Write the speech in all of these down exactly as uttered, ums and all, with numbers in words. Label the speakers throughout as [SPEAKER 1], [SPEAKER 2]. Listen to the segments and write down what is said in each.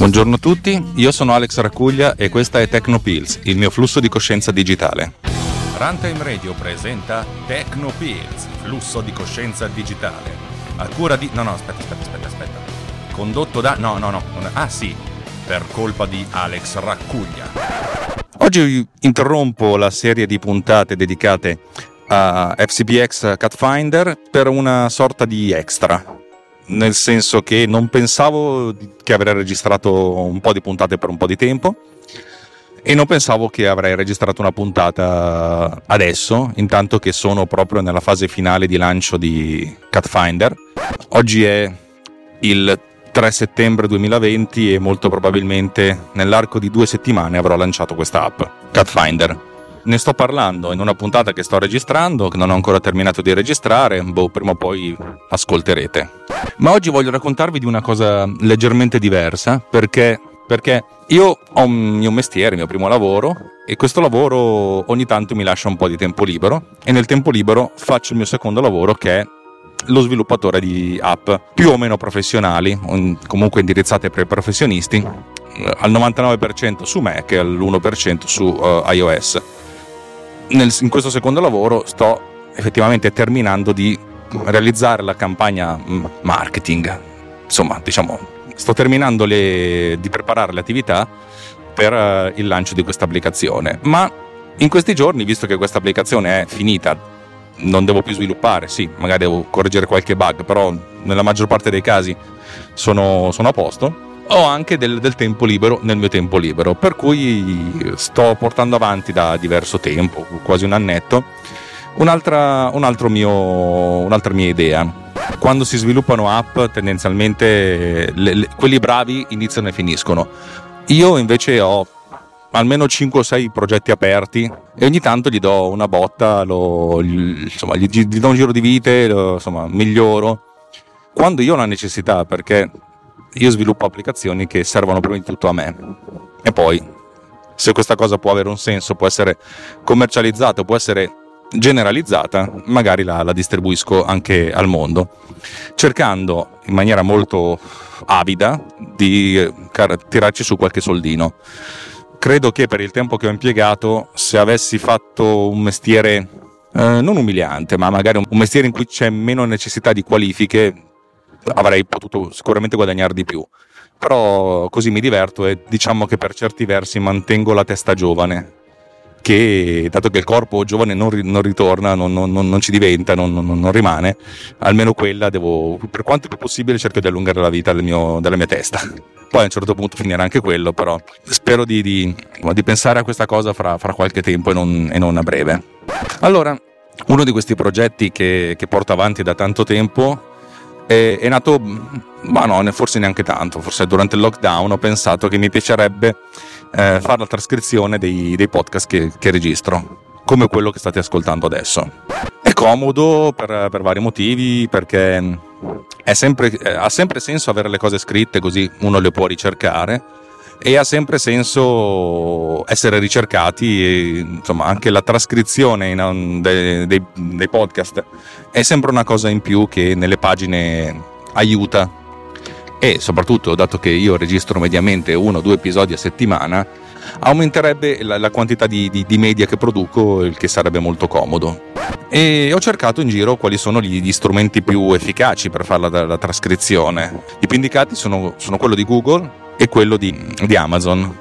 [SPEAKER 1] Buongiorno a tutti, io sono Alex Raccuglia e questa è TechnoPills, il mio flusso di coscienza digitale.
[SPEAKER 2] Runtime Radio presenta TechnoPills, flusso di coscienza digitale. A cura di... No, no, aspetta, aspetta, aspetta, aspetta. Condotto da... No, no, no. Ah, sì. Per colpa di Alex Raccuglia.
[SPEAKER 1] Oggi interrompo la serie di puntate dedicate a F C P X Catfinder per una sorta di extra. Nel senso che non pensavo che avrei registrato un po' di puntate per un po' di tempo e non pensavo che avrei registrato una puntata adesso, intanto che sono proprio nella fase finale di lancio di Catfinder. Oggi è il tre settembre duemilaventi e molto probabilmente nell'arco di due settimane avrò lanciato questa app, Catfinder. Ne sto parlando in una puntata che sto registrando, che non ho ancora terminato di registrare, boh, prima o poi ascolterete. Ma oggi voglio raccontarvi di una cosa leggermente diversa, perché, perché io ho un mio mestiere, il mio primo lavoro, e questo lavoro ogni tanto mi lascia un po' di tempo libero, e nel tempo libero faccio il mio secondo lavoro, che è lo sviluppatore di app più o meno professionali, comunque indirizzate per i professionisti, al novantanove per cento su Mac e all'uno per cento su uh, iOS. Nel, in questo secondo lavoro sto effettivamente terminando di realizzare la campagna marketing, insomma, diciamo, sto terminando le, di preparare le attività per uh, il lancio di questa applicazione, ma in questi giorni, visto che questa applicazione è finita, non devo più sviluppare, sì, magari devo correggere qualche bug, però nella maggior parte dei casi sono, sono a posto. Ho anche del, del tempo libero nel mio tempo libero, per cui sto portando avanti da diverso tempo, quasi un annetto, un'altra, un altro mio, un'altra mia idea. Quando si sviluppano app, tendenzialmente le, le, quelli bravi iniziano e finiscono. Io invece ho almeno cinque o sei progetti aperti e ogni tanto gli do una botta, lo, gli, insomma, gli, gli do un giro di vite, lo, insomma, miglioro quando io ho la necessità, perché io sviluppo applicazioni che servono prima di tutto a me, e poi se questa cosa può avere un senso, può essere commercializzata, può essere generalizzata, magari la, la distribuisco anche al mondo, cercando in maniera molto avida di tirarci su qualche soldino. Credo che per il tempo che ho impiegato, se avessi fatto un mestiere eh, non umiliante, ma magari un mestiere in cui c'è meno necessità di qualifiche, avrei potuto sicuramente guadagnare di più. Però così mi diverto e diciamo che per certi versi mantengo la testa giovane, che dato che il corpo giovane non, ri, non ritorna, non, non, non ci diventa, non, non, non rimane, almeno quella devo, per quanto più possibile, cerco di allungare la vita del mio, della mia testa. Poi a un certo punto finirà anche quello, però spero di, di, di pensare a questa cosa fra, fra qualche tempo e non, e non a breve. Allora, uno di questi progetti che, che porto avanti da tanto tempo è, è nato, ma no, forse neanche tanto, forse durante il lockdown ho pensato che mi piacerebbe eh, fare la trascrizione dei, dei podcast che, che registro, come quello che state ascoltando adesso. È comodo per, per vari motivi, perché è sempre, ha sempre senso avere le cose scritte, così uno le può ricercare, e ha sempre senso essere ricercati, e insomma anche la trascrizione in, dei, dei, dei podcast è sempre una cosa in più che nelle pagine aiuta, e soprattutto dato che io registro mediamente uno o due episodi a settimana, aumenterebbe la, la quantità di, di, di media che produco, il che sarebbe molto comodo. E ho cercato in giro quali sono gli, gli strumenti più efficaci per fare la, la trascrizione. I più indicati sono, sono quello di Google e quello di, di Amazon,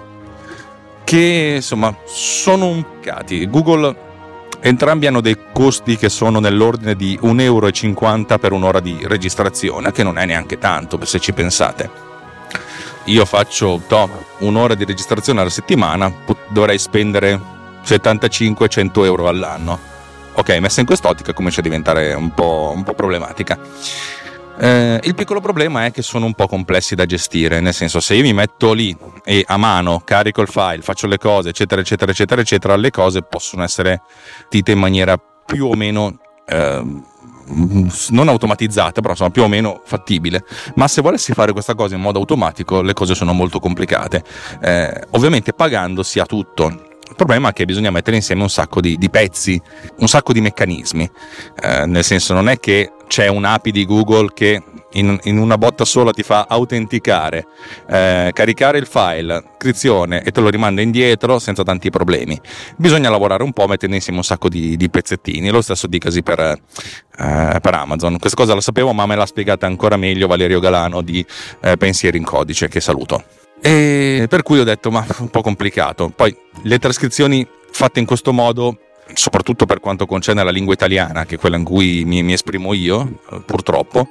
[SPEAKER 1] che insomma sono un cati. Google, entrambi hanno dei costi che sono nell'ordine di un euro e cinquanta per un'ora di registrazione, che non è neanche tanto se ci pensate. Io faccio to, un'ora di registrazione alla settimana, dovrei spendere settantacinque cento euro all'anno. Ok, messa in quest'ottica comincia a diventare un po', un po' problematica. Eh, il piccolo problema è che sono un po' complessi da gestire, nel senso, se io mi metto lì e a mano carico il file, faccio le cose, eccetera, eccetera, eccetera, eccetera, le cose possono essere dite in maniera più o meno eh, non automatizzata, però insomma più o meno fattibile. Ma se volessi fare questa cosa in modo automatico, le cose sono molto complicate, eh, ovviamente pagando si ha tutto. Il problema è che bisogna mettere insieme un sacco di, di pezzi, un sacco di meccanismi, eh, nel senso, non è che c'è un'A P I di Google che in, in una botta sola ti fa autenticare, eh, caricare il file, iscrizione e te lo rimanda indietro senza tanti problemi. Bisogna lavorare un po' mettendo insieme un sacco di, di pezzettini. Lo stesso dicasi per, eh, per Amazon. Questa cosa la sapevo, ma me l'ha spiegata ancora meglio Valerio Galano di eh, Pensieri in Codice, che saluto. E per cui ho detto, ma un po' complicato. Poi le trascrizioni fatte in questo modo, soprattutto per quanto concerne la lingua italiana, che è quella in cui mi, mi esprimo io, purtroppo,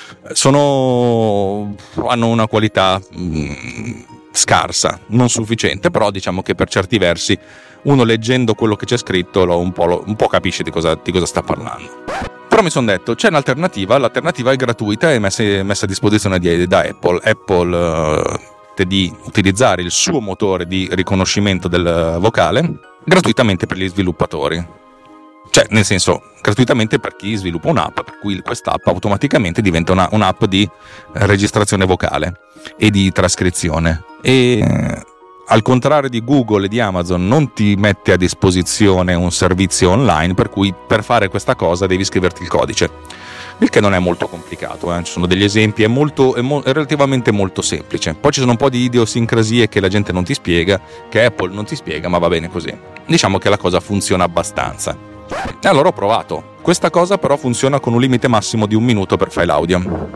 [SPEAKER 1] sono hanno una qualità mh, scarsa, non sufficiente, però diciamo che per certi versi uno leggendo quello che c'è scritto lo, un, po', lo, un po' capisce di cosa, di cosa sta parlando. Però mi sono detto, c'è un'alternativa, l'alternativa è gratuita e messa, messa a disposizione di, da Apple. Apple uh, di utilizzare il suo motore di riconoscimento del vocale gratuitamente per gli sviluppatori, cioè nel senso gratuitamente per chi sviluppa un'app, per cui quest'app automaticamente diventa una, un'app di registrazione vocale e di trascrizione, e eh, al contrario di Google e di Amazon non ti mette a disposizione un servizio online, per cui per fare questa cosa devi scriverti il codice, il che non è molto complicato, eh. Ci sono degli esempi, è, molto, è, mo- è relativamente molto semplice. Poi ci sono un po' di idiosincrasie che la gente non ti spiega, che Apple non ti spiega, ma va bene così. Diciamo che la cosa funziona abbastanza. E allora ho provato. Questa cosa però funziona con un limite massimo di un minuto per file audio.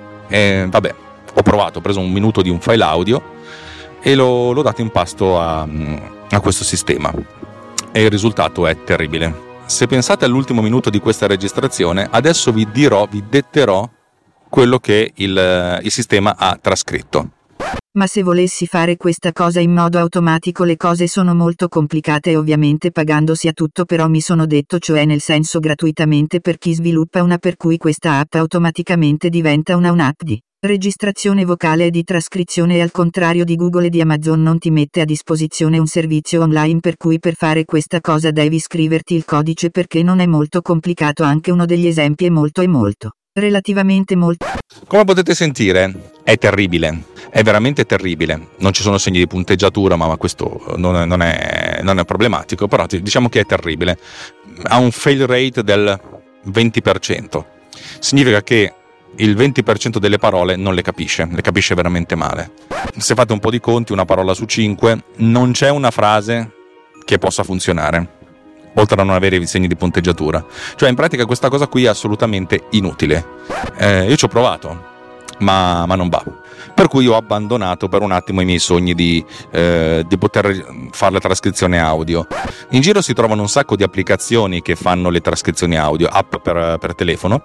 [SPEAKER 1] E vabbè, ho provato, ho preso un minuto di un file audio e l'ho, l'ho dato in pasto a, a questo sistema. E il risultato è terribile. Se pensate all'ultimo minuto di questa registrazione, adesso vi dirò, vi detterò quello che il, il sistema ha trascritto.
[SPEAKER 3] Ma se volessi fare questa cosa in modo automatico le cose sono molto complicate e ovviamente pagando sia tutto, però mi sono detto, cioè nel senso gratuitamente per chi sviluppa una, per cui questa app automaticamente diventa una un'app di registrazione vocale e di trascrizione, e al contrario di Google e di Amazon non ti mette a disposizione un servizio online, per cui per fare questa cosa devi scriverti il codice, perché non è molto complicato. Anche uno degli esempi è molto e molto relativamente molto.
[SPEAKER 1] Come potete sentire è terribile, è veramente terribile. Non ci sono segni di punteggiatura, ma questo non è, non è, non è problematico, però diciamo che è terribile. Ha un fail rate del venti per cento, significa che il venti per cento delle parole non le capisce, le capisce veramente male. Se fate un po' di conti, una parola su cinque, non c'è una frase che possa funzionare, oltre a non avere i segni di punteggiatura. Cioè in pratica questa cosa qui è assolutamente inutile. Eh, io ci ho provato, ma, ma non va. Per cui ho abbandonato per un attimo i miei sogni di, eh, di poter fare la trascrizione audio. In giro si trovano un sacco di applicazioni che fanno le trascrizioni audio, app per, per telefono,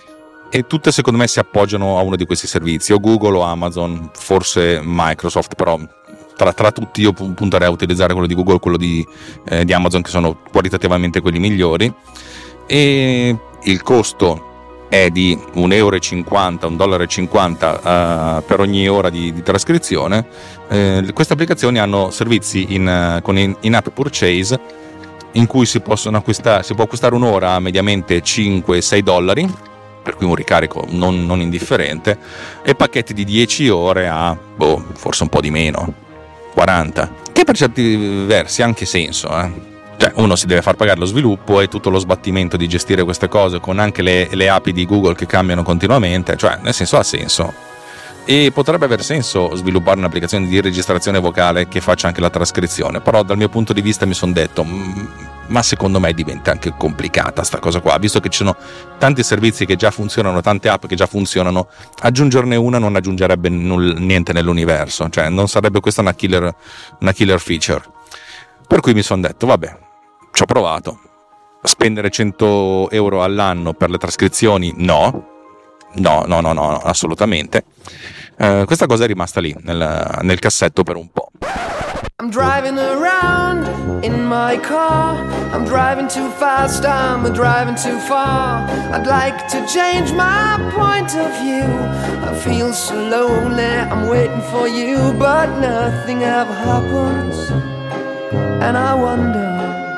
[SPEAKER 1] e tutte secondo me si appoggiano a uno di questi servizi, o Google o Amazon, forse Microsoft, però tra, tra tutti io punterei a utilizzare quello di Google e quello di, eh, di Amazon, che sono qualitativamente quelli migliori, e il costo è di un euro e cinquanta, un dollaro e cinquanta uh, per ogni ora di, di trascrizione. Eh, queste applicazioni hanno servizi in, uh, con in, in-app purchase, in cui si possono acquistare, si può acquistare un'ora a mediamente cinque sei dollari, per cui un ricarico non, non indifferente, e pacchetti di dieci ore a, boh, forse un po' di meno, quaranta, che per certi versi ha anche senso, eh. Cioè uno si deve far pagare lo sviluppo e tutto lo sbattimento di gestire queste cose, con anche le, le A P I di Google che cambiano continuamente, cioè nel senso ha senso. E potrebbe aver senso sviluppare un'applicazione di registrazione vocale che faccia anche la trascrizione, però dal mio punto di vista mi sono detto, ma secondo me diventa anche complicata sta cosa qua, visto che ci sono tanti servizi che già funzionano, tante app che già funzionano, aggiungerne una non aggiungerebbe null- niente nell'universo, cioè non sarebbe questa una killer, una killer feature. Per cui mi sono detto, vabbè, ci ho provato. Spendere cento euro all'anno per le trascrizioni, no, no, no, no, no, assolutamente. Uh, questa cosa è rimasta lì nel, nel cassetto per un po'.
[SPEAKER 4] I'm driving around in my car. I'm driving too fast, I'm driving too far. I'd like to change my point of view. I feel so lonely, I'm waiting for you, but nothing ever happens. And I wonder,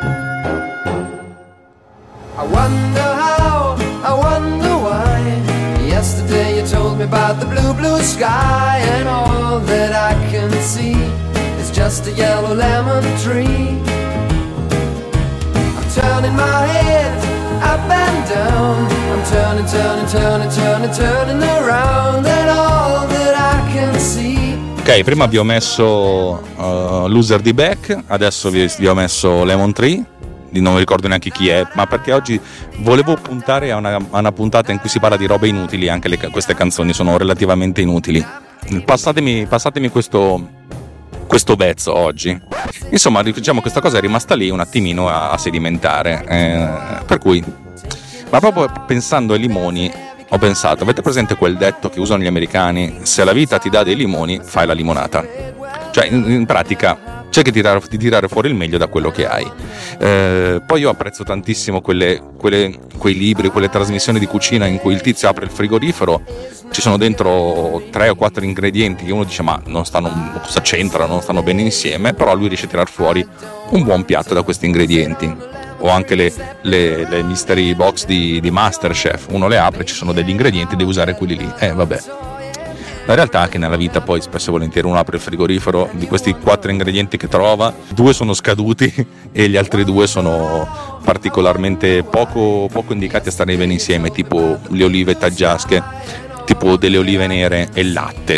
[SPEAKER 4] I wonder how, I wonder why. Yesterday you told me about the blue, blue sky, and all that I can see is just a yellow lemon tree. I'm turning my head up and down, I'm turning, turning turning, turning, turning, turning around, and all that I can see.
[SPEAKER 1] Ok, prima vi ho messo uh, Loser di Beck, adesso vi, vi ho messo Lemon Tree, non ricordo neanche chi è, ma perché oggi volevo puntare a una, a una puntata in cui si parla di robe inutili, anche le, queste canzoni sono relativamente inutili. Passatemi, passatemi questo, questo vezzo oggi. Insomma, diciamo questa cosa è rimasta lì un attimino a, a sedimentare, eh, per cui, ma proprio pensando ai limoni ho pensato, avete presente quel detto che usano gli americani, se la vita ti dà dei limoni fai la limonata? Cioè in, in pratica cerchi di tirare, di tirare fuori il meglio da quello che hai. Eh, poi io apprezzo tantissimo quelle, quelle, quei libri, quelle trasmissioni di cucina in cui il tizio apre il frigorifero, ci sono dentro tre o quattro ingredienti che uno dice ma non stanno, cosa c'entrano, non stanno bene insieme, però lui riesce a tirar fuori un buon piatto da questi ingredienti. O anche le, le, le mystery box di, di Masterchef, uno le apre, ci sono degli ingredienti, devi usare quelli lì. Eh vabbè. La realtà è che nella vita poi spesso e volentieri uno apre il frigorifero, di questi quattro ingredienti che trova, due sono scaduti e gli altri due sono particolarmente poco, poco indicati a stare bene insieme, tipo le olive taggiasche, tipo delle olive nere e il latte.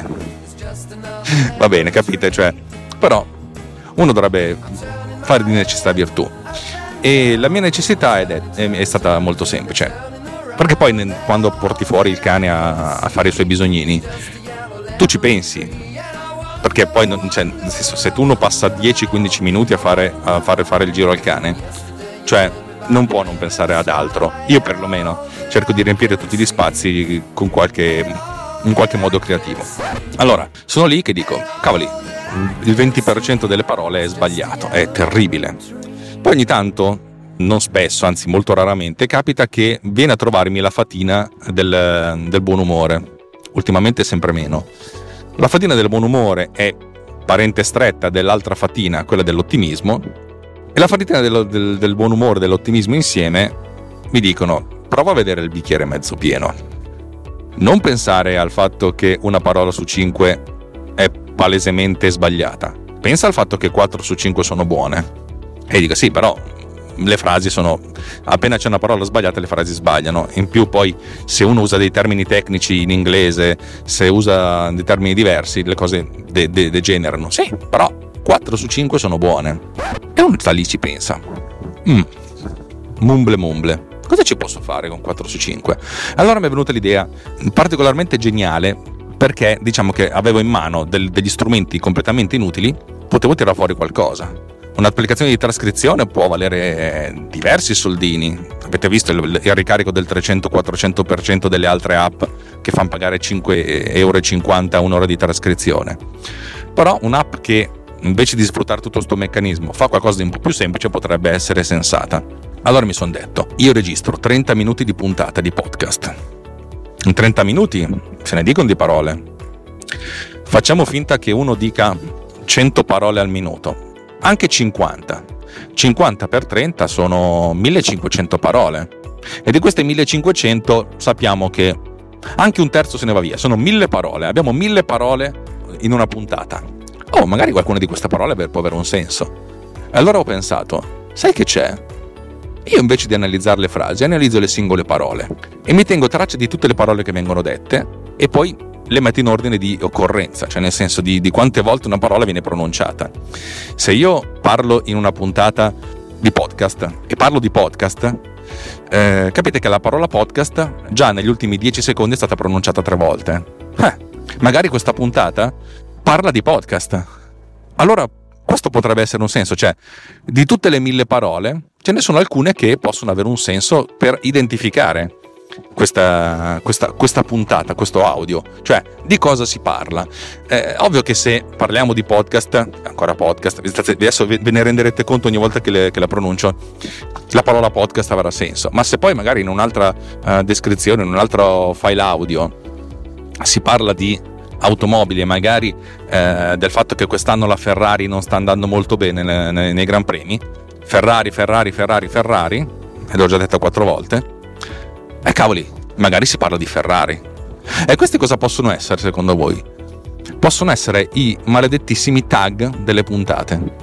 [SPEAKER 1] Va bene, capite? Cioè, però uno dovrebbe fare di necessità virtù. E la mia necessità è, è, è stata molto semplice, perché poi quando porti fuori il cane a, a fare i suoi bisognini tu ci pensi, perché poi non, cioè, nel senso, se tu uno passa dieci quindici minuti a fare, a fare fare il giro al cane, cioè non può non pensare ad altro. Io perlomeno cerco di riempire tutti gli spazi con qualche, in qualche modo creativo. Allora sono lì che dico cavoli, il venti per cento delle parole è sbagliato, è terribile. Poi ogni tanto, non spesso, anzi molto raramente, capita che viene a trovarmi la fatina del, del buon umore. Ultimamente sempre meno. La fatina del buon umore è parente stretta dell'altra fatina, quella dell'ottimismo, e la fatina del, del, del buon umore e dell'ottimismo insieme mi dicono prova a vedere il bicchiere mezzo pieno. Non pensare al fatto che una parola su cinque è palesemente sbagliata. Pensa al fatto che quattro su cinque sono buone. E dico sì, però le frasi sono, appena c'è una parola sbagliata le frasi sbagliano. In più poi se uno usa dei termini tecnici in inglese, se usa dei termini diversi, le cose de- de- degenerano. Sì, però quattro su cinque sono buone. E uno sta lì ci pensa, mm, mumble mumble, cosa ci posso fare con quattro su cinque? Allora mi è venuta l'idea particolarmente geniale, perché diciamo che avevo in mano del- degli strumenti completamente inutili, potevo tirare fuori qualcosa. Un'applicazione di trascrizione può valere diversi soldini. Avete visto il, il ricarico del trecento quattrocento per cento delle altre app che fanno pagare cinque virgola cinquanta euro a un'ora di trascrizione. Però un'app che invece di sfruttare tutto questo meccanismo fa qualcosa di un po' più semplice potrebbe essere sensata. Allora mi sono detto, io registro trenta minuti di puntata di podcast. In trenta minuti se ne dicono di parole. Facciamo finta che uno dica cento parole al minuto. Anche cinquanta. cinquanta per trenta sono millecinquecento parole. E di queste millecinquecento sappiamo che anche un terzo se ne va via. Sono mille parole. Abbiamo mille parole in una puntata. Oh, magari qualcuna di queste parole può avere un senso. E allora ho pensato, sai che c'è? Io invece di analizzare le frasi, analizzo le singole parole. E mi tengo traccia di tutte le parole che vengono dette e poi le metto in ordine di occorrenza, cioè nel senso di, di quante volte una parola viene pronunciata. Se io parlo in una puntata di podcast e parlo di podcast, eh, capite che la parola podcast già negli ultimi dieci secondi è stata pronunciata tre volte. Eh, magari questa puntata parla di podcast. Allora questo potrebbe essere un senso, cioè di tutte le mille parole ce ne sono alcune che possono avere un senso per identificare Questa, questa, questa puntata, questo audio, cioè di cosa si parla. Eh, ovvio che se parliamo di podcast, ancora podcast, adesso ve ne renderete conto ogni volta che, le, che la pronuncio, la parola podcast avrà senso, ma se poi magari in un'altra uh, descrizione, in un altro file audio si parla di automobili e magari eh, del fatto che quest'anno la Ferrari non sta andando molto bene nei, nei, nei Gran Premi, Ferrari, Ferrari, Ferrari, Ferrari, e l'ho già detto quattro volte. E eh, cavoli, magari si parla di Ferrari. E questi cosa possono essere secondo voi? Possono essere i maledettissimi tag delle puntate.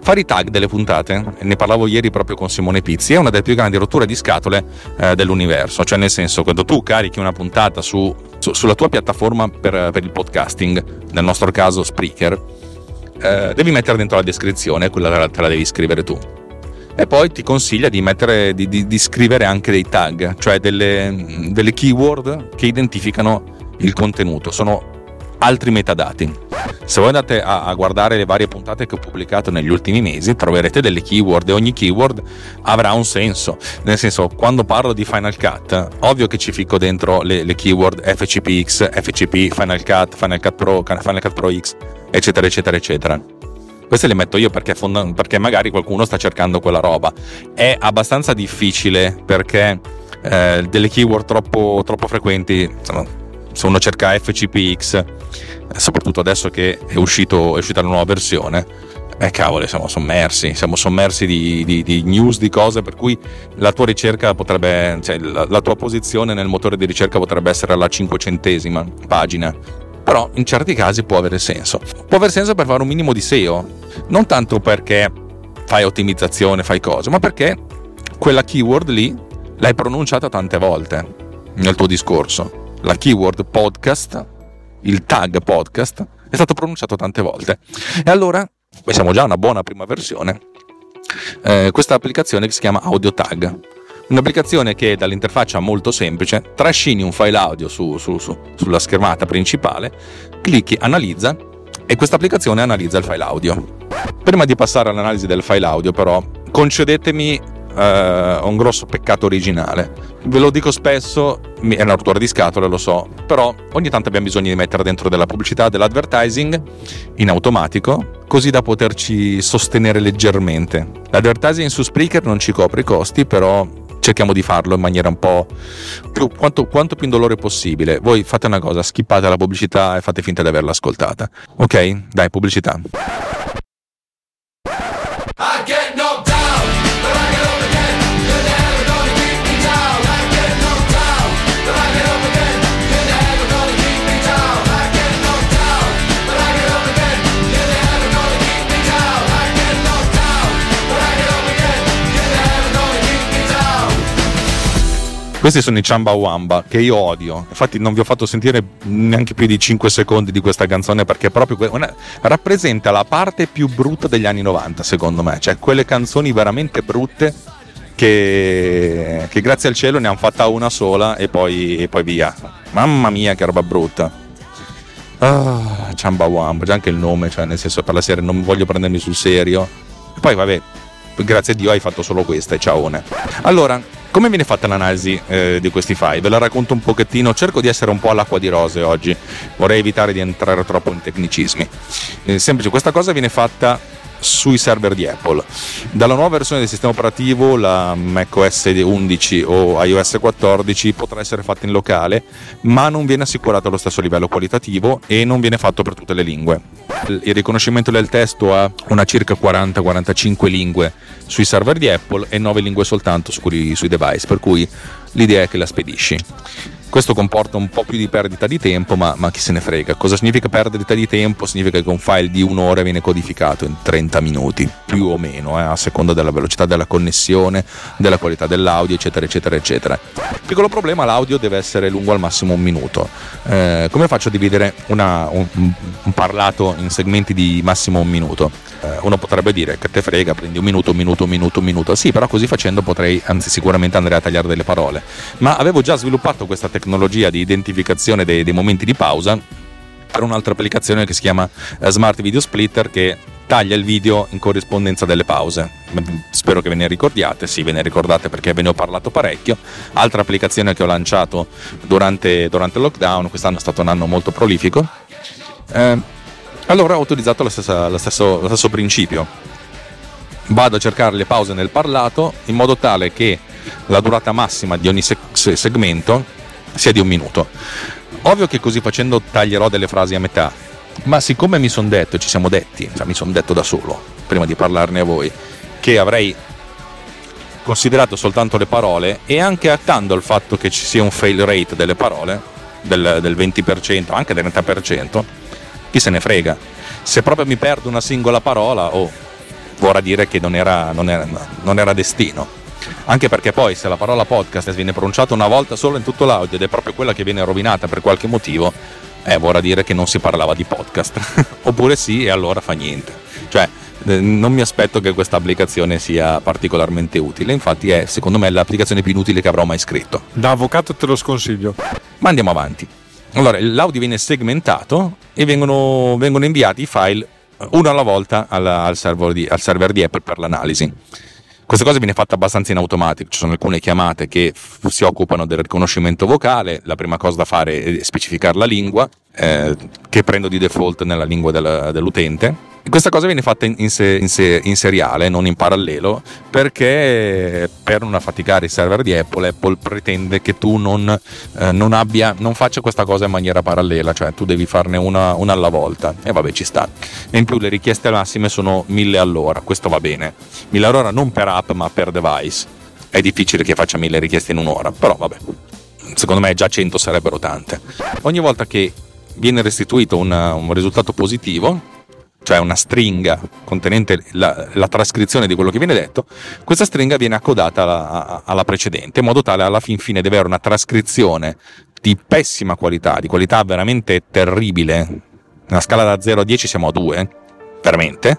[SPEAKER 1] Fare i tag delle puntate, ne parlavo ieri proprio con Simone Pizzi, è una delle più grandi rotture di scatole eh, dell'universo. Cioè, nel senso, quando tu carichi una puntata su, su, sulla tua piattaforma per, per il podcasting, nel nostro caso Spreaker, eh, devi mettere dentro la descrizione, quella te la devi scrivere tu. E poi ti consiglia di mettere di, di, di scrivere anche dei tag, cioè delle, delle keyword che identificano il contenuto, sono altri metadati. Se voi andate a, a guardare le varie puntate che ho pubblicato negli ultimi mesi, troverete delle keyword e ogni keyword avrà un senso. Nel senso, quando parlo di Final Cut, ovvio che ci ficco dentro le, le keyword F C P X, F C P, Final Cut, Final Cut Pro, Final Cut Pro X, eccetera eccetera eccetera. Queste le metto io perché, fond- perché magari qualcuno sta cercando quella roba. È abbastanza difficile perché eh, delle keyword troppo, troppo frequenti, insomma, se uno cerca F C P X, soprattutto adesso che è, uscito, è uscita la nuova versione, eh cavolo, siamo sommersi, siamo sommersi di, di, di news, di cose, per cui la tua ricerca potrebbe, cioè la, la tua posizione nel motore di ricerca potrebbe essere alla cinquecentesima pagina. Però in certi casi può avere senso. Può avere senso per fare un minimo di S E O, non tanto perché fai ottimizzazione, fai cose, ma perché quella keyword lì l'hai pronunciata tante volte nel tuo discorso. La keyword podcast, il tag podcast, è stato pronunciato tante volte. E allora, beh, siamo già a una buona prima versione. Eh, questa applicazione che si chiama Audio Tag. Un'applicazione che dall'interfaccia molto semplice, trascini un file audio su, su, su, sulla schermata principale, clicchi, analizza, e questa applicazione analizza il file audio. Prima di passare all'analisi del file audio, però, concedetemi eh, un grosso peccato originale. Ve lo dico spesso, è una rottura di scatole, lo so, però ogni tanto abbiamo bisogno di mettere dentro della pubblicità, dell'advertising in automatico, così da poterci sostenere leggermente. L'advertising su Spreaker non ci copre i costi, però cerchiamo di farlo in maniera un po' più, quanto, quanto più indolore possibile. Voi fate una cosa, skippate la pubblicità e fate finta di averla ascoltata. Ok? Dai, pubblicità. Questi sono i Chumbawamba, che io odio. Infatti non vi ho fatto sentire neanche più di cinque secondi di questa canzone, perché proprio una, rappresenta la parte più brutta degli anni novanta, secondo me. Cioè quelle canzoni veramente brutte che, che grazie al cielo ne hanno fatta una sola e poi, e poi via. Mamma mia, che roba brutta. Ah, Chumbawamba, già anche il nome, cioè nel senso, per la serie non voglio prendermi sul serio. E poi vabbè, grazie a Dio hai fatto solo questa e ciaone. Allora, come viene fatta l'analisi eh, di questi file? Ve la racconto un pochettino, cerco di essere un po' all'acqua di rose oggi, vorrei evitare di entrare troppo in tecnicismi. Eh, semplice, questa cosa viene fatta sui server di Apple. Dalla nuova versione del sistema operativo, la macOS undici o iOS quattordici, potrà essere fatta in locale, ma non viene assicurato allo stesso livello qualitativo e non viene fatto per tutte le lingue. Il riconoscimento del testo ha una circa quaranta quarantacinque lingue sui server di Apple e nove lingue soltanto sui, sui device, per cui l'idea è che la spedisci. Questo comporta un po' più di perdita di tempo, ma, ma chi se ne frega. Cosa significa perdita di tempo? Significa che un file di un'ora viene codificato in trenta minuti, più o meno, eh, a seconda della velocità della connessione, della qualità dell'audio, eccetera, eccetera, eccetera. Piccolo problema, l'audio deve essere lungo al massimo un minuto. Eh, come faccio a dividere una, un, un parlato in segmenti di massimo un minuto? Eh, uno potrebbe dire che te frega, prendi un minuto, un minuto, un minuto, un minuto. Sì, però così facendo potrei, anzi sicuramente andrei a tagliare delle parole. Ma avevo già sviluppato questa tecnologia tecnologia di identificazione dei, dei momenti di pausa per un'altra applicazione che si chiama Smart Video Splitter, che taglia il video in corrispondenza delle pause. Spero che ve ne ricordiate, sì, ve ne ricordate perché ve ne ho parlato parecchio. Altra applicazione che ho lanciato durante, durante il lockdown, quest'anno è stato un anno molto prolifico. Eh, allora ho utilizzato lo stesso, lo stesso, lo stesso principio. Vado a cercare le pause nel parlato in modo tale che la durata massima di ogni seg- segmento sia di un minuto. Ovvio che così facendo taglierò delle frasi a metà, ma siccome mi sono detto, ci siamo detti, cioè mi sono detto da solo, prima di parlarne a voi, che avrei considerato soltanto le parole, e anche attando il fatto che ci sia un fail rate delle parole del, del venti per cento, anche del trenta per cento, chi se ne frega. Se proprio mi perdo una singola parola, oh, vorrà dire che non era, non era, non era destino. Anche perché poi se la parola podcast viene pronunciata una volta solo in tutto l'audio ed è proprio quella che viene rovinata per qualche motivo, eh, vorrà dire che non si parlava di podcast. Oppure sì, e allora fa niente. Cioè, eh, non mi aspetto che questa applicazione sia particolarmente utile, infatti è secondo me l'applicazione più inutile che avrò mai scritto.
[SPEAKER 5] Da avvocato te lo sconsiglio.
[SPEAKER 1] Ma andiamo avanti. Allora, l'audio viene segmentato e vengono, vengono inviati i file uno alla volta alla, al, server di, al server di Apple per l'analisi. Questa cosa viene fatta abbastanza in automatico, ci sono alcune chiamate che f- si occupano del riconoscimento vocale, la prima cosa da fare è specificare la lingua, eh, che prendo di default nella lingua del, dell'utente. E questa cosa viene fatta in, in, se, in, se, in seriale, non in parallelo, perché per non affaticare i server di Apple, Apple pretende che tu non, eh, non abbia, non faccia questa cosa in maniera parallela, cioè tu devi farne una, una alla volta, e vabbè, ci sta. E in più le richieste massime sono mille all'ora, questo va bene, mille all'ora non per app ma per device, è difficile che faccia mille richieste in un'ora, però vabbè, secondo me già cento sarebbero tante. Ogni volta che viene restituito una, un risultato positivo, cioè una stringa contenente la, la trascrizione di quello che viene detto, questa stringa viene accodata alla, alla precedente, in modo tale alla fin fine di avere una trascrizione di pessima qualità, di qualità veramente terribile, una scala da zero a dieci siamo a due, veramente,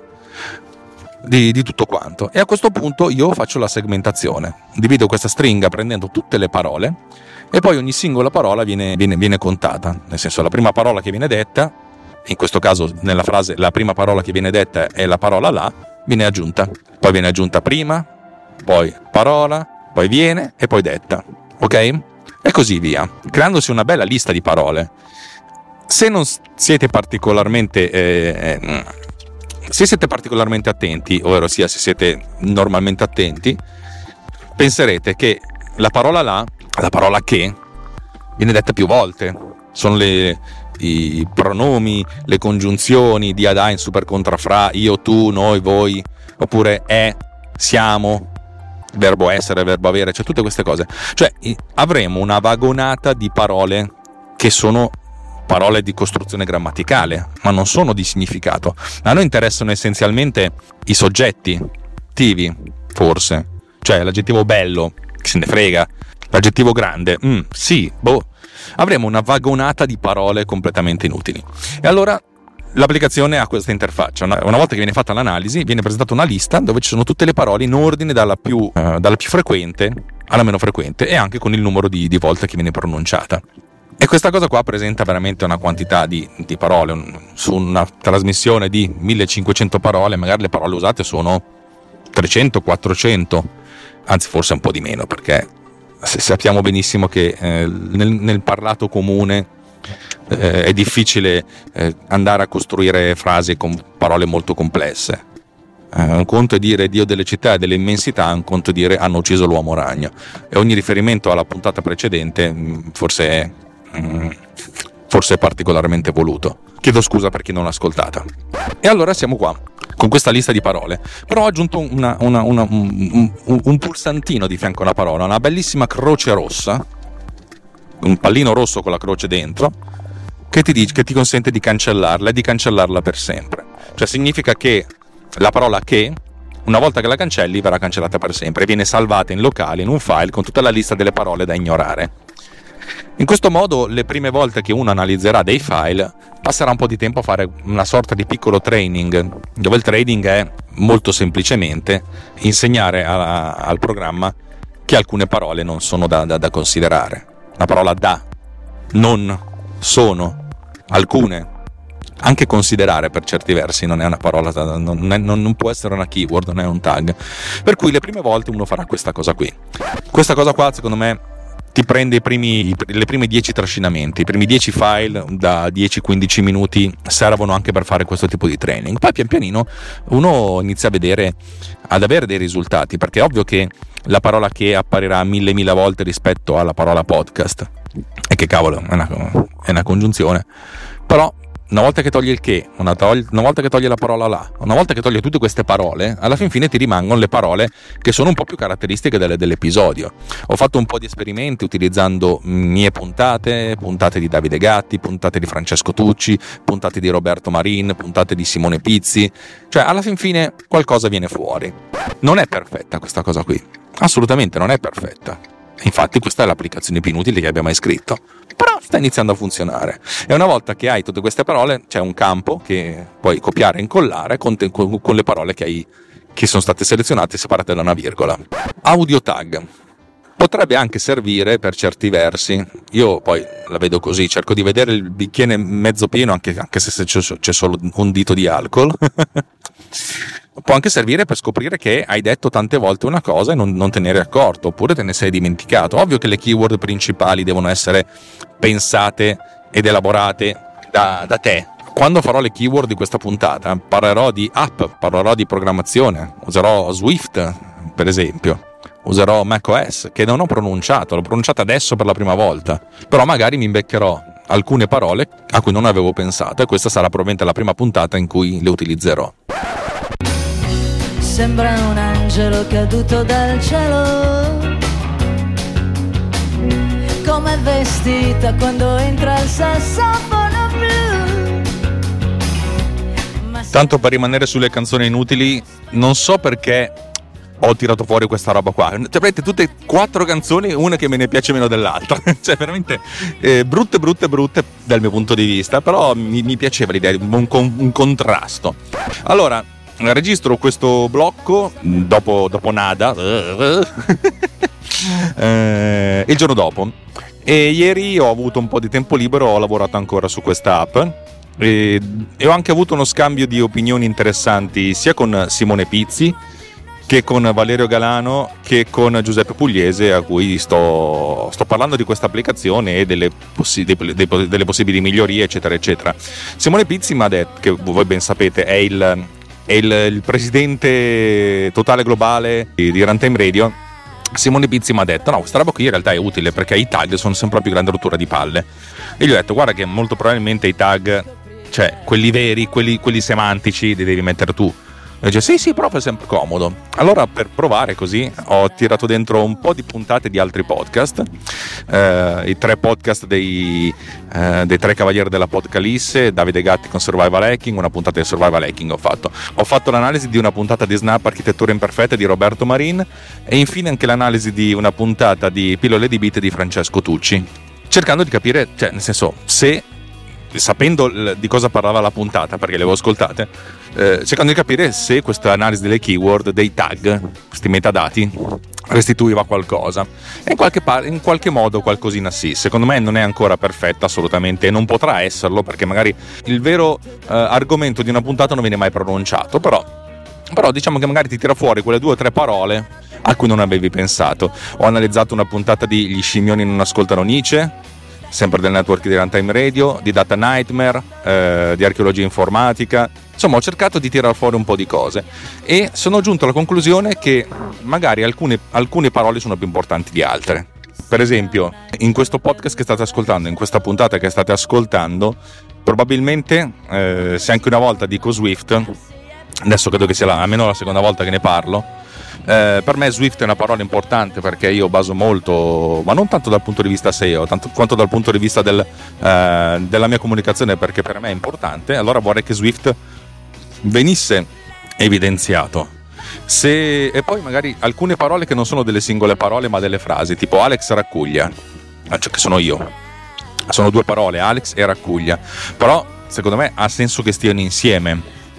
[SPEAKER 1] di, di tutto quanto. E a questo punto io faccio la segmentazione, divido questa stringa prendendo tutte le parole e poi ogni singola parola viene, viene, viene contata, nel senso la prima parola che viene detta, in questo caso nella frase la prima parola che viene detta è la parola là, viene aggiunta, poi viene aggiunta prima, poi parola, poi viene e poi detta, ok? E così via, creandosi una bella lista di parole. Se non siete particolarmente eh, eh, se siete particolarmente attenti, ovvero sia se siete normalmente attenti, penserete che la parola là, la parola che, viene detta più volte, sono le i pronomi, le congiunzioni di ad a in super contrafra, io, tu, noi, voi, oppure è, siamo, verbo essere, verbo avere, cioè tutte queste cose. Cioè avremo una vagonata di parole che sono parole di costruzione grammaticale, ma non sono di significato. A noi interessano essenzialmente i soggetti attivi, forse, cioè l'aggettivo bello, chi se ne frega, l'aggettivo grande, mm, sì, boh. Avremo una vagonata di parole completamente inutili. E allora l'applicazione ha questa interfaccia. Una volta che viene fatta l'analisi, viene presentata una lista dove ci sono tutte le parole in ordine dalla più, eh, dalla più frequente alla meno frequente, e anche con il numero di, di volte che viene pronunciata. E questa cosa qua presenta veramente una quantità di, di parole. Su una trasmissione di millecinquecento parole, magari le parole usate sono trecento quattrocento, anzi forse un po' di meno, perché sappiamo benissimo che eh, nel, nel parlato comune eh, è difficile eh, andare a costruire frasi con parole molto complesse. Eh, un conto è dire Dio delle città e delle immensità, un conto è dire hanno ucciso l'uomo ragno, e ogni riferimento alla puntata precedente mh, forse è, mh, forse è particolarmente voluto. Chiedo scusa per chi non l'ha ascoltata. E allora siamo qua con questa lista di parole, però ho aggiunto una, una, una, un, un, un pulsantino di fianco a una parola, una bellissima croce rossa, un pallino rosso con la croce dentro, che ti, dice, che ti consente di cancellarla e di cancellarla per sempre. Cioè significa che la parola che, una volta che la cancelli, verrà cancellata per sempre e viene salvata in locale in un file con tutta la lista delle parole da ignorare. In questo modo le prime volte che uno analizzerà dei file passerà un po' di tempo a fare una sorta di piccolo training, dove il training è molto semplicemente insegnare a, al programma che alcune parole non sono da, da, da considerare. La parola da, non, sono, alcune, anche considerare per certi versi non è una parola, non, è, non può essere una keyword, non è un tag. Per cui le prime volte uno farà questa cosa qui. Questa cosa qua secondo me ti prende i primi, le prime dieci trascinamenti, i primi dieci file da dieci quindici minuti servono anche per fare questo tipo di training. Poi pian pianino uno inizia a vedere, ad avere dei risultati, perché è ovvio che la parola che apparirà mille mila volte rispetto alla parola podcast, e che cavolo, è una, è una congiunzione, però una volta che toglie il che, una, toglie, una volta che toglie la parola là, una volta che toglie tutte queste parole, alla fin fine ti rimangono le parole che sono un po' più caratteristiche delle, dell'episodio. Ho fatto un po' di esperimenti utilizzando mie puntate, puntate di Davide Gatti, puntate di Francesco Tucci, puntate di Roberto Marin, puntate di Simone Pizzi, cioè alla fin fine qualcosa viene fuori. Non è perfetta questa cosa qui, assolutamente non è perfetta. Infatti questa è l'applicazione più inutile che abbia mai scritto, però sta iniziando a funzionare, e una volta che hai tutte queste parole c'è un campo che puoi copiare e incollare con, te, con, con le parole che, hai, che sono state selezionate e separate da una virgola. Audio tag potrebbe anche servire per certi versi, io poi la vedo così, cerco di vedere il bicchiere mezzo pieno anche, anche se c'è, c'è solo un dito di alcol. Può anche servire per scoprire che hai detto tante volte una cosa e non, non te ne eri accorto, oppure te ne sei dimenticato. Ovvio che le keyword principali devono essere pensate ed elaborate da, da te. Quando farò le keyword di questa puntata parlerò di app, parlerò di programmazione, userò Swift per esempio, userò macOS che non ho pronunciato, l'ho pronunciata adesso per la prima volta, però magari mi imbeccherò alcune parole a cui non avevo pensato e questa sarà probabilmente la prima puntata in cui le utilizzerò.
[SPEAKER 6] Sembra un angelo caduto dal cielo, come vestita quando entra il sassofono blu. Ma
[SPEAKER 1] tanto per rimanere sulle canzoni inutili, non so perché ho tirato fuori questa roba qua. Cioè, avete tutte quattro canzoni, una che me ne piace meno dell'altra. Cioè, veramente eh, brutte, brutte, brutte dal mio punto di vista, però mi, mi piaceva l'idea di un, un contrasto. Allora, registro questo blocco dopo, dopo nada eh, il giorno dopo, e ieri ho avuto un po' di tempo libero, ho lavorato ancora su questa app e, e ho anche avuto uno scambio di opinioni interessanti sia con Simone Pizzi che con Valerio Galano che con Giuseppe Pugliese, a cui sto, sto parlando di questa applicazione e delle, possi- dei, dei, delle possibili migliorie eccetera eccetera. Simone Pizzi mi ha detto, che voi ben sapete è il è il, il presidente totale globale di, di Runtime Radio. Simone Pizzi mi ha detto no, questa roba qui in realtà è utile perché i tag sono sempre la più grande rottura di palle, e gli ho detto guarda che molto probabilmente i tag, cioè quelli veri, quelli, quelli semantici li devi mettere tu. E dice sì sì, però è sempre comodo. Allora per provare così ho tirato dentro un po' di puntate di altri podcast, eh, i tre podcast dei, eh, dei tre cavalieri della Podcalisse, Davide Gatti con Survival Hacking, una puntata di Survival Hacking ho fatto. Ho fatto l'analisi di una puntata di Snap Architettura Imperfetta di Roberto Marin, e infine anche l'analisi di una puntata di Pillole di Bit di Francesco Tucci, cercando di capire, cioè nel senso, se sapendo di cosa parlava la puntata perché le avevo ascoltate, eh, cercando di capire se questa analisi delle keyword, dei tag, questi metadati restituiva qualcosa, e in qualche, par- in qualche modo qualcosina sì. Secondo me non è ancora perfetta assolutamente, e non potrà esserlo perché magari il vero eh, argomento di una puntata non viene mai pronunciato, però, però diciamo che magari ti tira fuori quelle due o tre parole a cui non avevi pensato. Ho analizzato una puntata di Gli scimmioni non ascoltano Nietzsche, sempre del network di Runtime Radio, di Data Nightmare, eh, di archeologia informatica. Insomma, ho cercato di tirare fuori un po' di cose e sono giunto alla conclusione che magari alcune, alcune parole sono più importanti di altre. Per esempio, in questo podcast che state ascoltando, in questa puntata che state ascoltando, probabilmente eh, se anche una volta dico Swift, adesso credo che sia la, almeno la seconda volta che ne parlo, Eh, per me Swift è una parola importante perché io baso molto, ma non tanto dal punto di vista S E O, tanto quanto dal punto di vista del, eh, della mia comunicazione, perché per me è importante. Allora vorrei che Swift venisse evidenziato. Se, e poi magari alcune parole che non sono delle singole parole ma delle frasi, tipo Alex Raccuglia, cioè che sono io, sono due parole, Alex e Raccuglia, però secondo me ha senso che stiano insieme.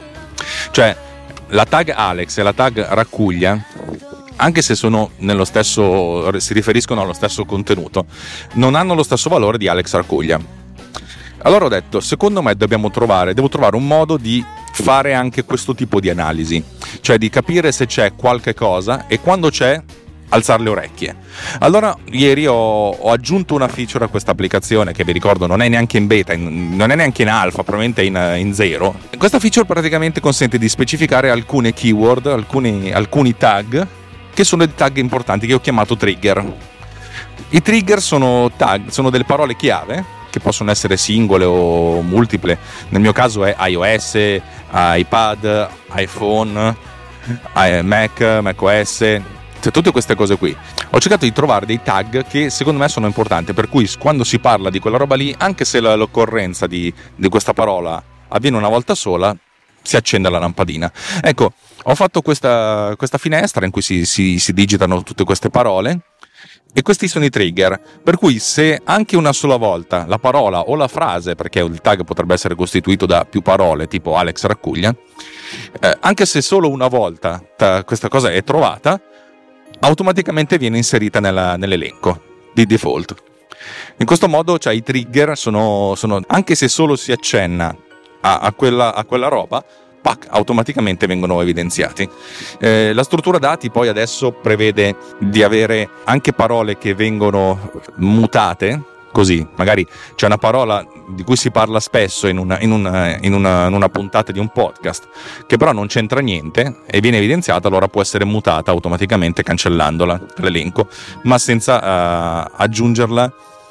[SPEAKER 1] Cioè la tag Alex e la tag Raccuglia, anche se sono nello stesso, si riferiscono allo stesso contenuto, non hanno lo stesso valore di Alex Raccuglia. Allora ho detto, secondo me dobbiamo trovare, devo trovare un modo di fare anche questo tipo di analisi, cioè di capire se c'è qualche cosa e quando c'è alzare le orecchie. Allora ieri ho, ho aggiunto una feature a questa applicazione che vi ricordo non è neanche in beta, in, non è neanche in alfa, probabilmente è in, in zero. Questa feature praticamente consente di specificare alcune keyword, alcuni, alcuni tag che sono dei tag importanti che ho chiamato trigger. I trigger sono tag, sono delle parole chiave che possono essere singole o multiple. Nel mio caso è iOS, iPad, iPhone, Mac, macOS, cioè tutte queste cose qui. Ho cercato di trovare dei tag che secondo me sono importanti, per cui quando si parla di quella roba lì, anche se la, l'occorrenza di, di questa parola avviene una volta sola, si accende la lampadina. Ecco, ho fatto questa, questa finestra in cui si, si, si digitano tutte queste parole, e questi sono i trigger, per cui se anche una sola volta la parola o la frase, perché il tag potrebbe essere costituito da più parole tipo Alex Raccuglia, eh, anche se solo una volta ta, questa cosa è trovata, automaticamente viene inserita nella, nell'elenco di default. In questo modo, cioè, i trigger sono, sono anche se solo si accenna a, a, quella, a quella roba, pac, automaticamente vengono evidenziati. Eh, la struttura dati poi adesso prevede di avere anche parole che vengono mutate, così magari c'è una parola di cui si parla spesso in una, in una, in una, in una puntata di un podcast che però non c'entra niente e viene evidenziata, allora può essere mutata automaticamente cancellandola dall'elenco, ma senza uh, aggiungerla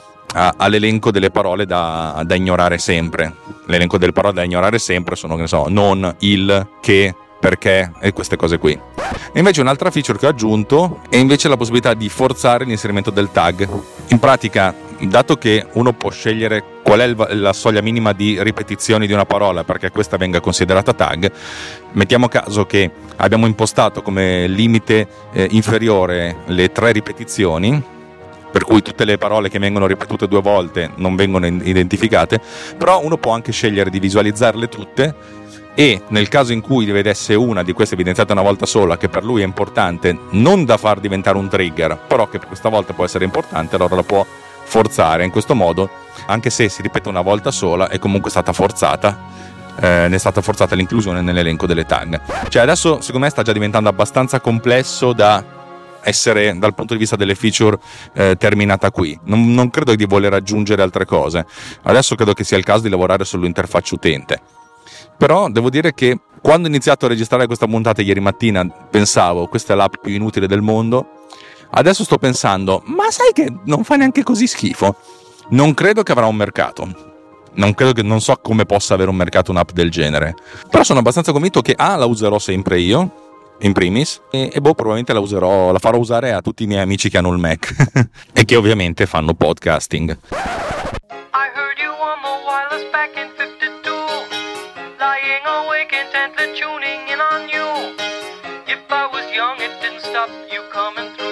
[SPEAKER 1] a, all'elenco delle parole da, da ignorare sempre. L'elenco delle parole da ignorare sempre sono, che ne so, non, il, che, perché e queste cose qui. E invece un'altra feature che ho aggiunto è invece la possibilità di forzare l'inserimento del tag. In pratica, dato che uno può scegliere qual è il, la soglia minima di ripetizioni di una parola perché questa venga considerata tag, mettiamo caso che abbiamo impostato come limite eh, inferiore le tre ripetizioni, per cui tutte le parole che vengono ripetute due volte non vengono identificate, però uno può anche scegliere di visualizzarle tutte, e nel caso in cui vedesse una di queste evidenziata una volta sola che per lui è importante, non da far diventare un trigger, però che questa volta può essere importante, allora la può forzare. In questo modo, anche se si ripete una volta sola, è comunque stata forzata, eh, ne è stata forzata l'inclusione nell'elenco delle tag. Cioè adesso secondo me sta già diventando abbastanza complesso da essere, dal punto di vista delle feature, eh, terminata qui. Non, non credo di voler aggiungere altre cose. Adesso credo che sia il caso di lavorare sull'interfaccia utente. Però devo dire che quando ho iniziato a registrare questa puntata ieri mattina pensavo questa è l'app più inutile del mondo. Adesso sto pensando, ma sai che non fa neanche così schifo. Non credo che avrà un mercato. Non credo che, non so come possa avere un mercato un'app del genere. Però sono abbastanza convinto che A, la userò sempre io, in primis, e, e boh, probabilmente la userò, la farò usare a tutti i miei amici che hanno il Mac e che ovviamente fanno podcasting.
[SPEAKER 7] I heard you on the wireless back in fifty-two, lying awake intently tuning in on you. If I was young, it didn't stop you coming through.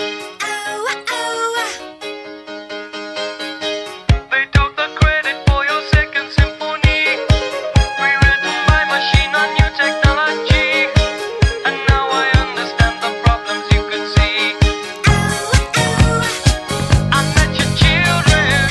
[SPEAKER 7] They took the credit for your second symphony, rewritten by machine on new technology, and now I understand the problems you could see. I met your children,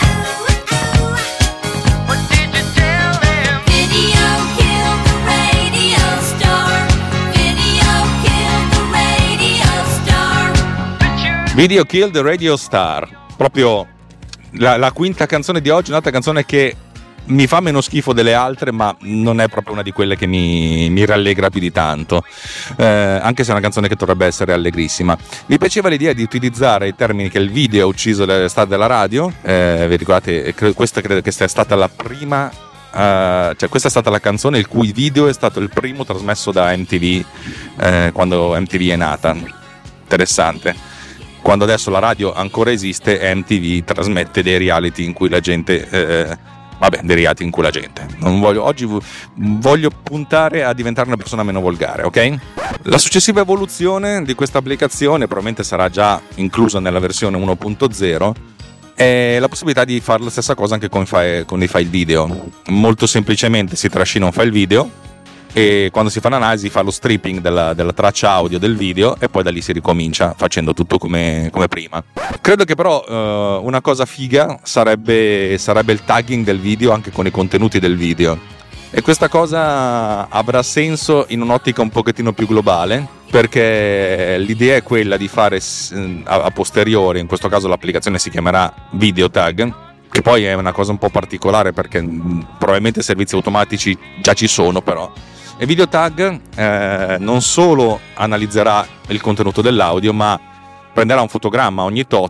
[SPEAKER 7] what did you tell them?
[SPEAKER 6] Video killed the radio star. Video killed the radio star.
[SPEAKER 1] Video Kill the Radio Star. Proprio la, la quinta canzone di oggi, un'altra canzone che mi fa meno schifo delle altre, ma non è proprio una di quelle che mi, mi rallegra più di tanto, eh, anche se è una canzone che dovrebbe essere allegrissima. Mi piaceva l'idea di utilizzare i termini che il video ha ucciso le star della radio. Eh, vi ricordate, questa credo che sia stata la prima, uh, cioè questa è stata la canzone il cui video è stato il primo trasmesso da M T V, eh, quando M T V è nata. Interessante. Quando adesso la radio ancora esiste, M T V trasmette dei reality in cui la gente eh, vabbè, dei reality in cui la gente non voglio oggi voglio puntare a diventare una persona meno volgare, ok? La successiva evoluzione di questa applicazione probabilmente sarà già inclusa nella versione uno punto zero, è la possibilità di fare la stessa cosa anche con i file, con i file video. Molto semplicemente si trascina un file video e quando si fa l'analisi fa lo stripping della, della traccia audio del video e poi da lì si ricomincia facendo tutto come, come prima. Credo che però uh, una cosa figa sarebbe, sarebbe il tagging del video anche con i contenuti del video, e questa cosa avrà senso in un'ottica un pochettino più globale, perché l'idea è quella di fare a, a posteriori, in questo caso l'applicazione si chiamerà Video Tag, che poi è una cosa un po' particolare perché mh, probabilmente servizi automatici già ci sono, però e Video Tag eh, non solo analizzerà il contenuto dell'audio, ma prenderà un fotogramma ogni tot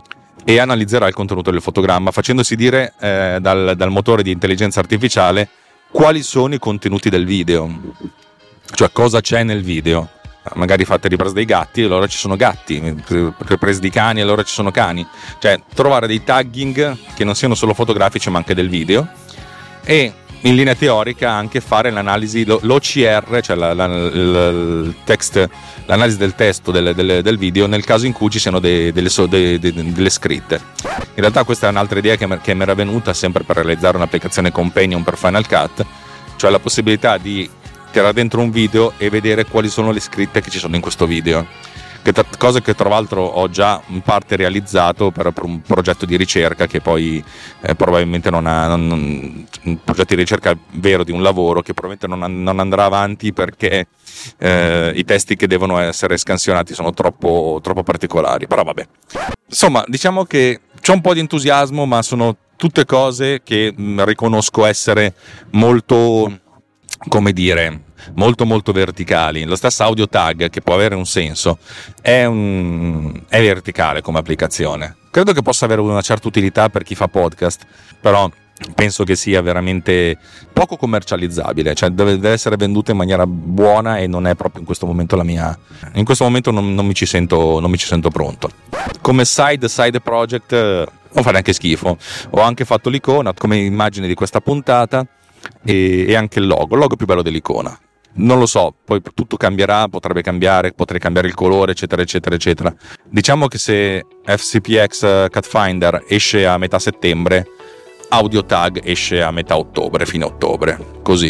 [SPEAKER 1] e analizzerà il contenuto del fotogramma facendosi dire eh, dal, dal motore di intelligenza artificiale quali sono i contenuti del video, cioè cosa c'è nel video. Magari fate riprese dei gatti, allora ci sono gatti, riprese di cani, allora ci sono cani, cioè trovare dei tagging che non siano solo fotografici ma anche del video, e in linea teorica anche fare l'analisi, l'O C R, cioè la, la, la, il text, l'analisi del testo del, del, del video nel caso in cui ci siano dei, delle, dei, dei, delle scritte. In realtà questa è un'altra idea che, che mi era venuta sempre per realizzare un'applicazione companion per Final Cut, cioè la possibilità di tirare dentro un video e vedere quali sono le scritte che ci sono in questo video, che t- cosa che tra l'altro ho già in parte realizzato per, per un progetto di ricerca che poi eh, probabilmente non ha non, non, un progetto di ricerca vero di un lavoro che probabilmente non, non andrà avanti perché eh, i testi che devono essere scansionati sono troppo, troppo particolari, però vabbè, insomma diciamo che c'è un po' di entusiasmo, ma sono tutte cose che mh, riconosco essere molto, come dire, molto molto verticali. Lo stesso audio tag, che può avere un senso, è, un, è verticale come applicazione. Credo che possa avere una certa utilità per chi fa podcast, però penso che sia veramente poco commercializzabile, cioè deve, deve essere venduta in maniera buona e non è proprio in questo momento la mia, in questo momento non, non mi ci sento non mi ci sento pronto. Come side side project non fa neanche schifo, ho anche fatto l'icona come immagine di questa puntata e, e anche il logo il logo più bello dell'icona. Non lo so, poi tutto cambierà, potrebbe cambiare, potrei cambiare il colore, eccetera, eccetera, eccetera. Diciamo che se F C P X Cut Finder esce a metà settembre, Audio Tag esce a metà ottobre, fine ottobre, così.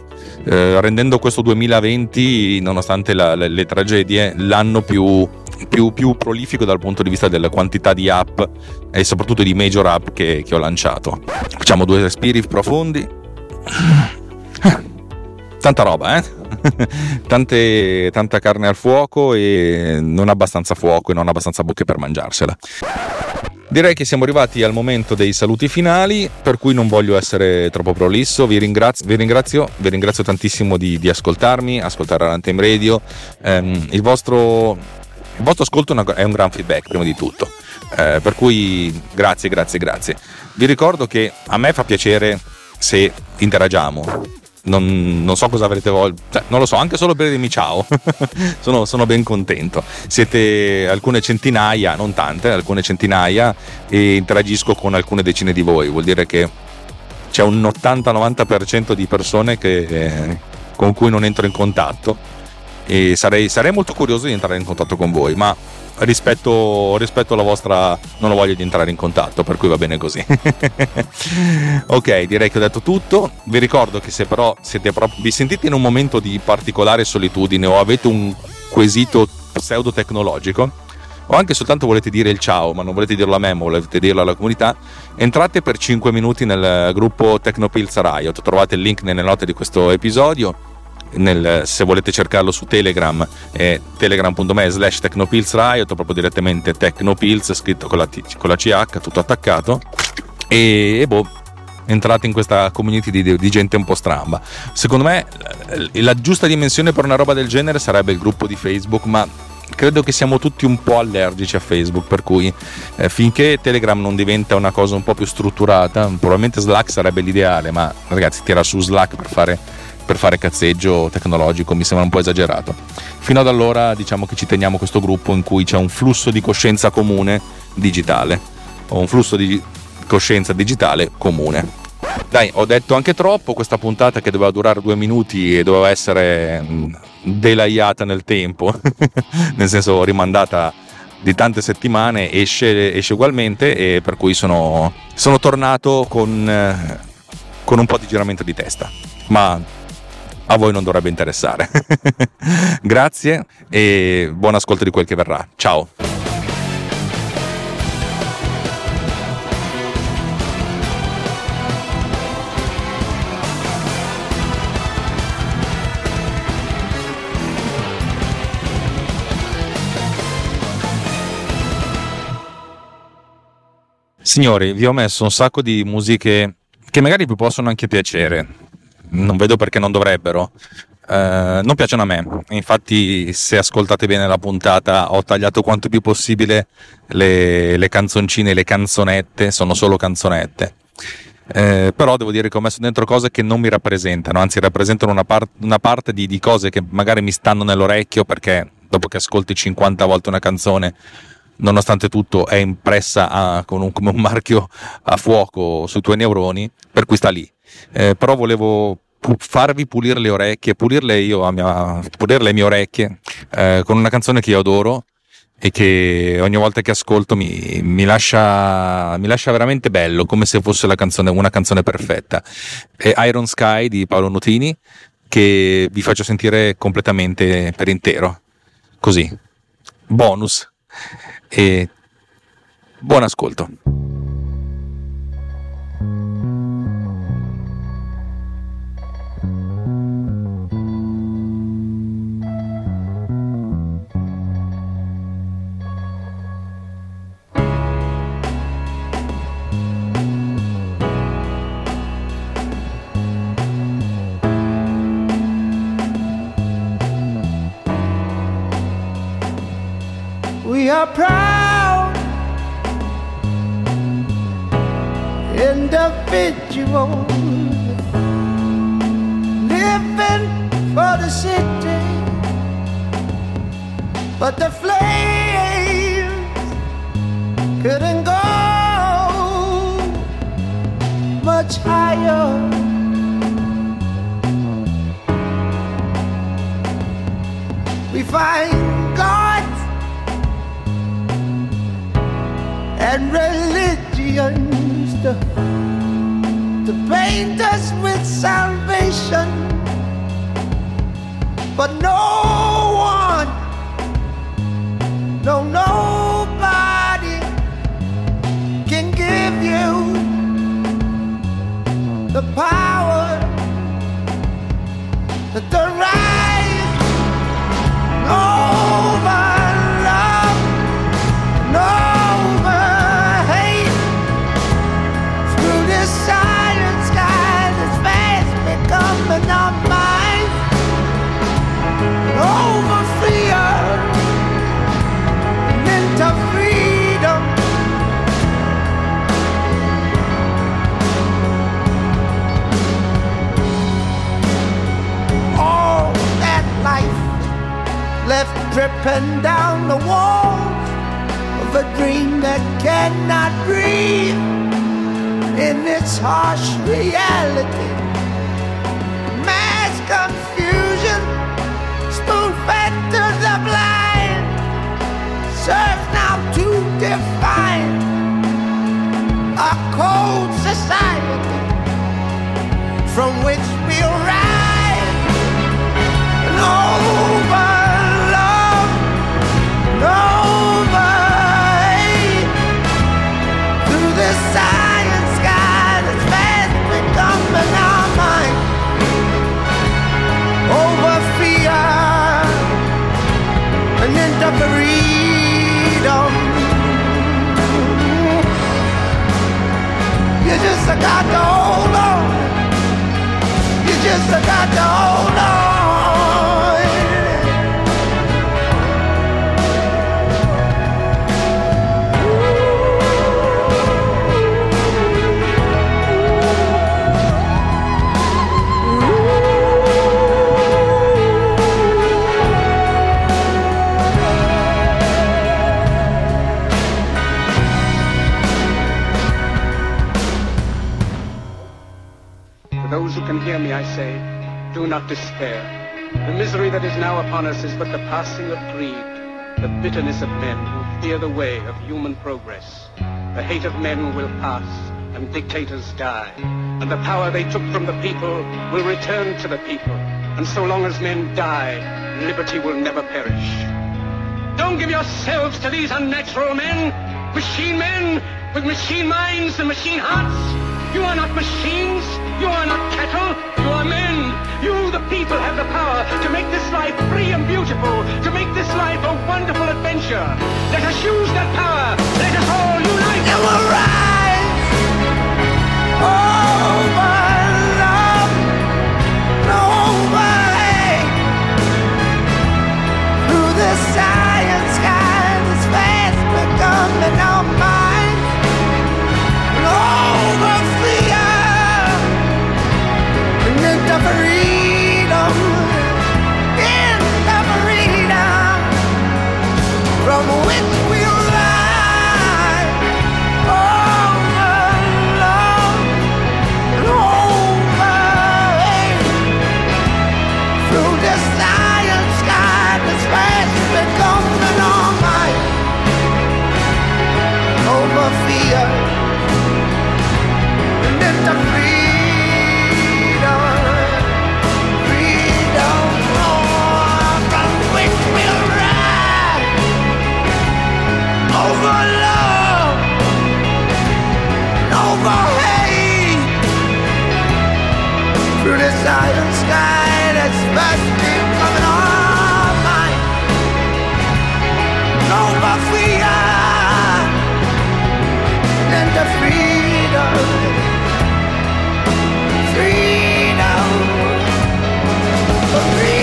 [SPEAKER 1] Eh, rendendo questo duemilaventi, nonostante la, le, le tragedie, l'anno più, più, più prolifico dal punto di vista della quantità di app e soprattutto di major app che, che ho lanciato. Facciamo due respiri profondi. Tanta roba, eh? Tante, tanta carne al fuoco e non abbastanza fuoco e non abbastanza bocche per mangiarsela. Direi che siamo arrivati al momento dei saluti finali, per cui non voglio essere troppo prolisso. Vi ringrazio, vi ringrazio, vi ringrazio tantissimo di, di ascoltarmi, ascoltare Runtime Radio. Um, il vostro, il vostro ascolto è un gran feedback, prima di tutto. Uh, per cui grazie, grazie, grazie. Vi ricordo che a me fa piacere se interagiamo. Non, non so cosa avrete voglia, cioè, non lo so, anche solo per dirmi ciao sono, sono ben contento. Siete alcune centinaia, non tante, alcune centinaia, e interagisco con alcune decine di voi. Vuol dire che c'è un ottanta novanta per cento di persone che, eh, con cui non entro in contatto, e sarei, sarei molto curioso di entrare in contatto con voi, ma rispetto, rispetto alla vostra non ho voglia di entrare in contatto, per cui va bene così. Ok, direi che ho detto tutto. Vi ricordo che se però siete proprio, vi sentite in un momento di particolare solitudine o avete un quesito pseudo tecnologico o anche soltanto volete dire il ciao ma non volete dirlo a me ma volete dirlo alla comunità, entrate per cinque minuti nel gruppo Tecnopills Riot, trovate il link nelle note di questo episodio. Nel, se volete cercarlo su Telegram è telegram punto me slash Tecnopills Riot, proprio direttamente Tecnopills scritto con la, T, con la C H, tutto attaccato, e, e boh, entrate in questa community di, di gente un po' stramba. Secondo me la giusta dimensione per una roba del genere sarebbe il gruppo di Facebook, ma credo che siamo tutti un po' allergici a Facebook, per cui eh, finché Telegram non diventa una cosa un po' più strutturata, probabilmente Slack sarebbe l'ideale, ma ragazzi, tira su Slack per fare per fare cazzeggio tecnologico mi sembra un po' esagerato. Fino ad allora diciamo che ci teniamo questo gruppo in cui c'è un flusso di coscienza comune digitale, o un flusso di coscienza digitale comune. Dai, ho detto anche troppo. Questa puntata, che doveva durare due minuti e doveva essere delaiata nel tempo nel senso rimandata di tante settimane, esce, esce ugualmente, e per cui sono, sono tornato con, con un po' di giramento di testa, ma a voi non dovrebbe interessare. Grazie e buon ascolto di quel che verrà. Ciao. Signori, vi ho messo un sacco di musiche che magari vi possono anche piacere. Non vedo perché non dovrebbero. eh, non piacciono a me. Infatti, se ascoltate bene la puntata, ho tagliato quanto più possibile le, le canzoncine, le canzonette, sono solo canzonette. Eh, però devo dire che ho messo dentro cose che non mi rappresentano, anzi rappresentano una, par- una parte di, di cose che magari mi stanno nell'orecchio, perché dopo che ascolti cinquanta volte una canzone, nonostante tutto è impressa a, con un, come un marchio a fuoco sui tuoi neuroni, per cui sta lì. Eh, però volevo pu- farvi pulire le orecchie, pulirle io a mia, pulire le mie orecchie eh, con una canzone che io adoro e che ogni volta che ascolto mi, mi lascia mi lascia veramente bello, come se fosse la canzone, una canzone perfetta. È Iron Sky di Paolo Nutini, che vi faccio sentire completamente per intero, così, bonus, e buon ascolto.
[SPEAKER 4] We are proud individuals living for the city, but the flames couldn't go much higher. We find God and religions to, to paint us with salvation, but no one, no nobody can give you the power, the right over love, no. Our minds over fear and into freedom. All that life left dripping down the walls of a dream that cannot breathe in its harsh reality. Confusion, spoon-fed to the blind, serves now to define a cold society from which we'll rise and over love, and over hate, through the science sky that's fast becoming our mind. Over fear and into freedom. You just got to hold on. You just got to hold on.
[SPEAKER 8] Those who can hear me, I say, do not despair. The misery that is now upon us is but the passing of greed, the bitterness of men who fear the way of human progress. The hate of men will pass, and dictators die, and the power they took from the people will return to the people. And so long as men die, liberty will never perish. Don't give yourselves to these unnatural men, machine men with machine minds and machine hearts. You are not machines. You are not cattle, you are men. You, the people, have the power to make this life free and beautiful, to make this life a wonderful adventure. Let us use that power. Let us all unite.
[SPEAKER 4] And we'll rise over love, over hate, the silent sky that's fast becoming all mine. No more fear than the freedom, freedom, freedom.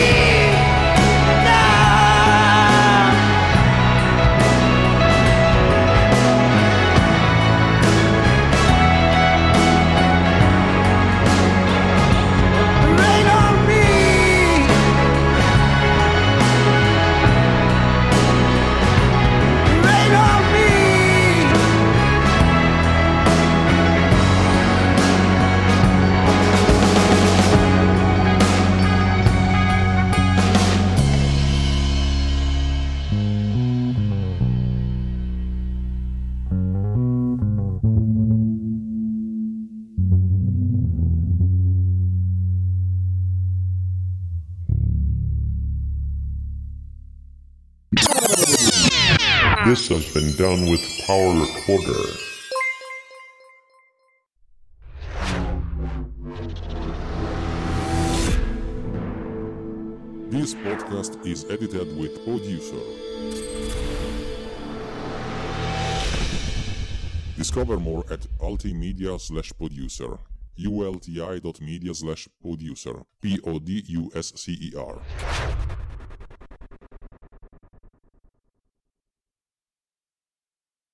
[SPEAKER 9] This has been done with Power Recorder. This podcast is edited with Producer. Discover more at ultimedia slash producer. ulti dot media slash producer. P O D U S C E R.